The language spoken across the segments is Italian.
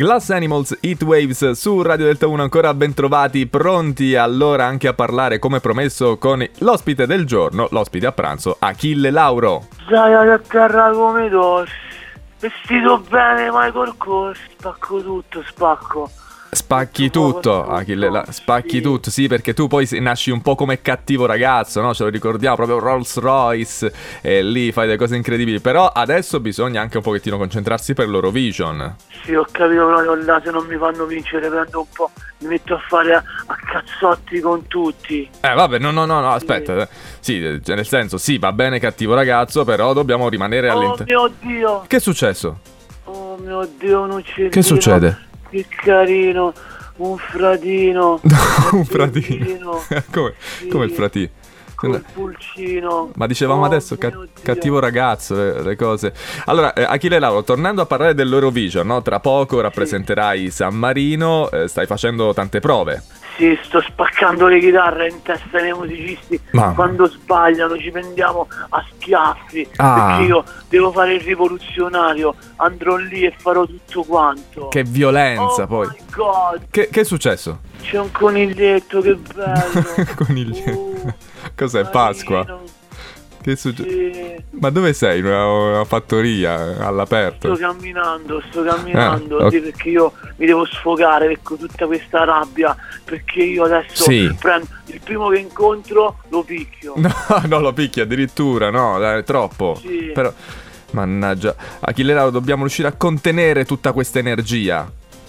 Glass Animals, Heatwaves su Radio Delta 1, ancora ben trovati, pronti allora anche a parlare come promesso con l'ospite del giorno, l'ospite a pranzo, Achille Lauro. Dai a terra come dos, vestito bene Michael Kors, spacco tutto, spacco. Spacchi tutto, Achille, spacchi sì. tutto, sì, perché tu poi nasci un po' come cattivo ragazzo, no? Ce lo ricordiamo, proprio Rolls Royce, e lì fai delle cose incredibili, però adesso bisogna anche un pochettino concentrarsi per l'Eurovision. Sì, ho capito, però là se non mi fanno vincere prendo un po', mi metto a fare a cazzotti con tutti. Vabbè, no, aspetta, sì, nel senso, sì, va bene cattivo ragazzo, però dobbiamo rimanere all'interno. Oh mio Dio! Che è successo? Oh mio Dio, non c'è. Che succede? Che carino, un fratino. Un fratino. Come? Sì, Come il fratino? col pulcino. Ma dicevamo adesso, cattivo ragazzo, le cose. Allora, Achille Lauro, tornando a parlare dell'Eurovision, no? Tra poco rappresenterai San Marino, stai facendo tante prove. Sì, sto spaccando le chitarre in testa ai musicisti. Quando sbagliano ci prendiamo a schiaffi. Perché io devo fare il rivoluzionario, andrò lì e farò tutto quanto. Che violenza, poi. Oh my God. Che è successo? C'è un coniglietto, che bello. Coniglietto. Cos'è, Pasqua? Che succede? Sì. Ma dove sei? In una fattoria all'aperto? Sto camminando, okay. sì, perché io mi devo sfogare con tutta questa rabbia, perché io adesso prendo il primo che incontro, lo picchio. No, lo picchi addirittura, no, dai, troppo. Sì. Però, mannaggia, Achille Lauro, dobbiamo riuscire a contenere tutta questa energia.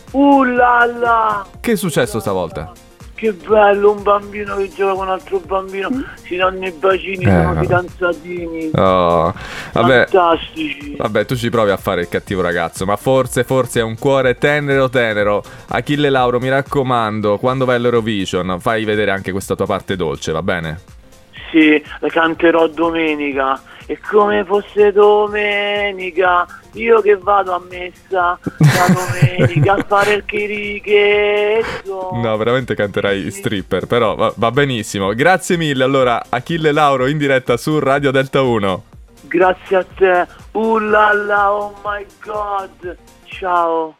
La la! Che è successo stavolta? Che bello, un bambino che gioca con un altro bambino, si danno i bacini, sono fidanzatini. Oh, vabbè, fantastici. Vabbè, tu ci provi a fare il cattivo ragazzo, ma forse è un cuore tenero. Achille Lauro, mi raccomando, quando vai all'Eurovision fai vedere anche questa tua parte dolce, va bene? Sì, la canterò domenica. E come fosse domenica, io che vado a messa la domenica a fare il chirichetto. No, veramente canterai stripper, però va benissimo. Grazie mille, allora, Achille Lauro in diretta su Radio Delta 1. Grazie a te. La la, oh my God. Ciao.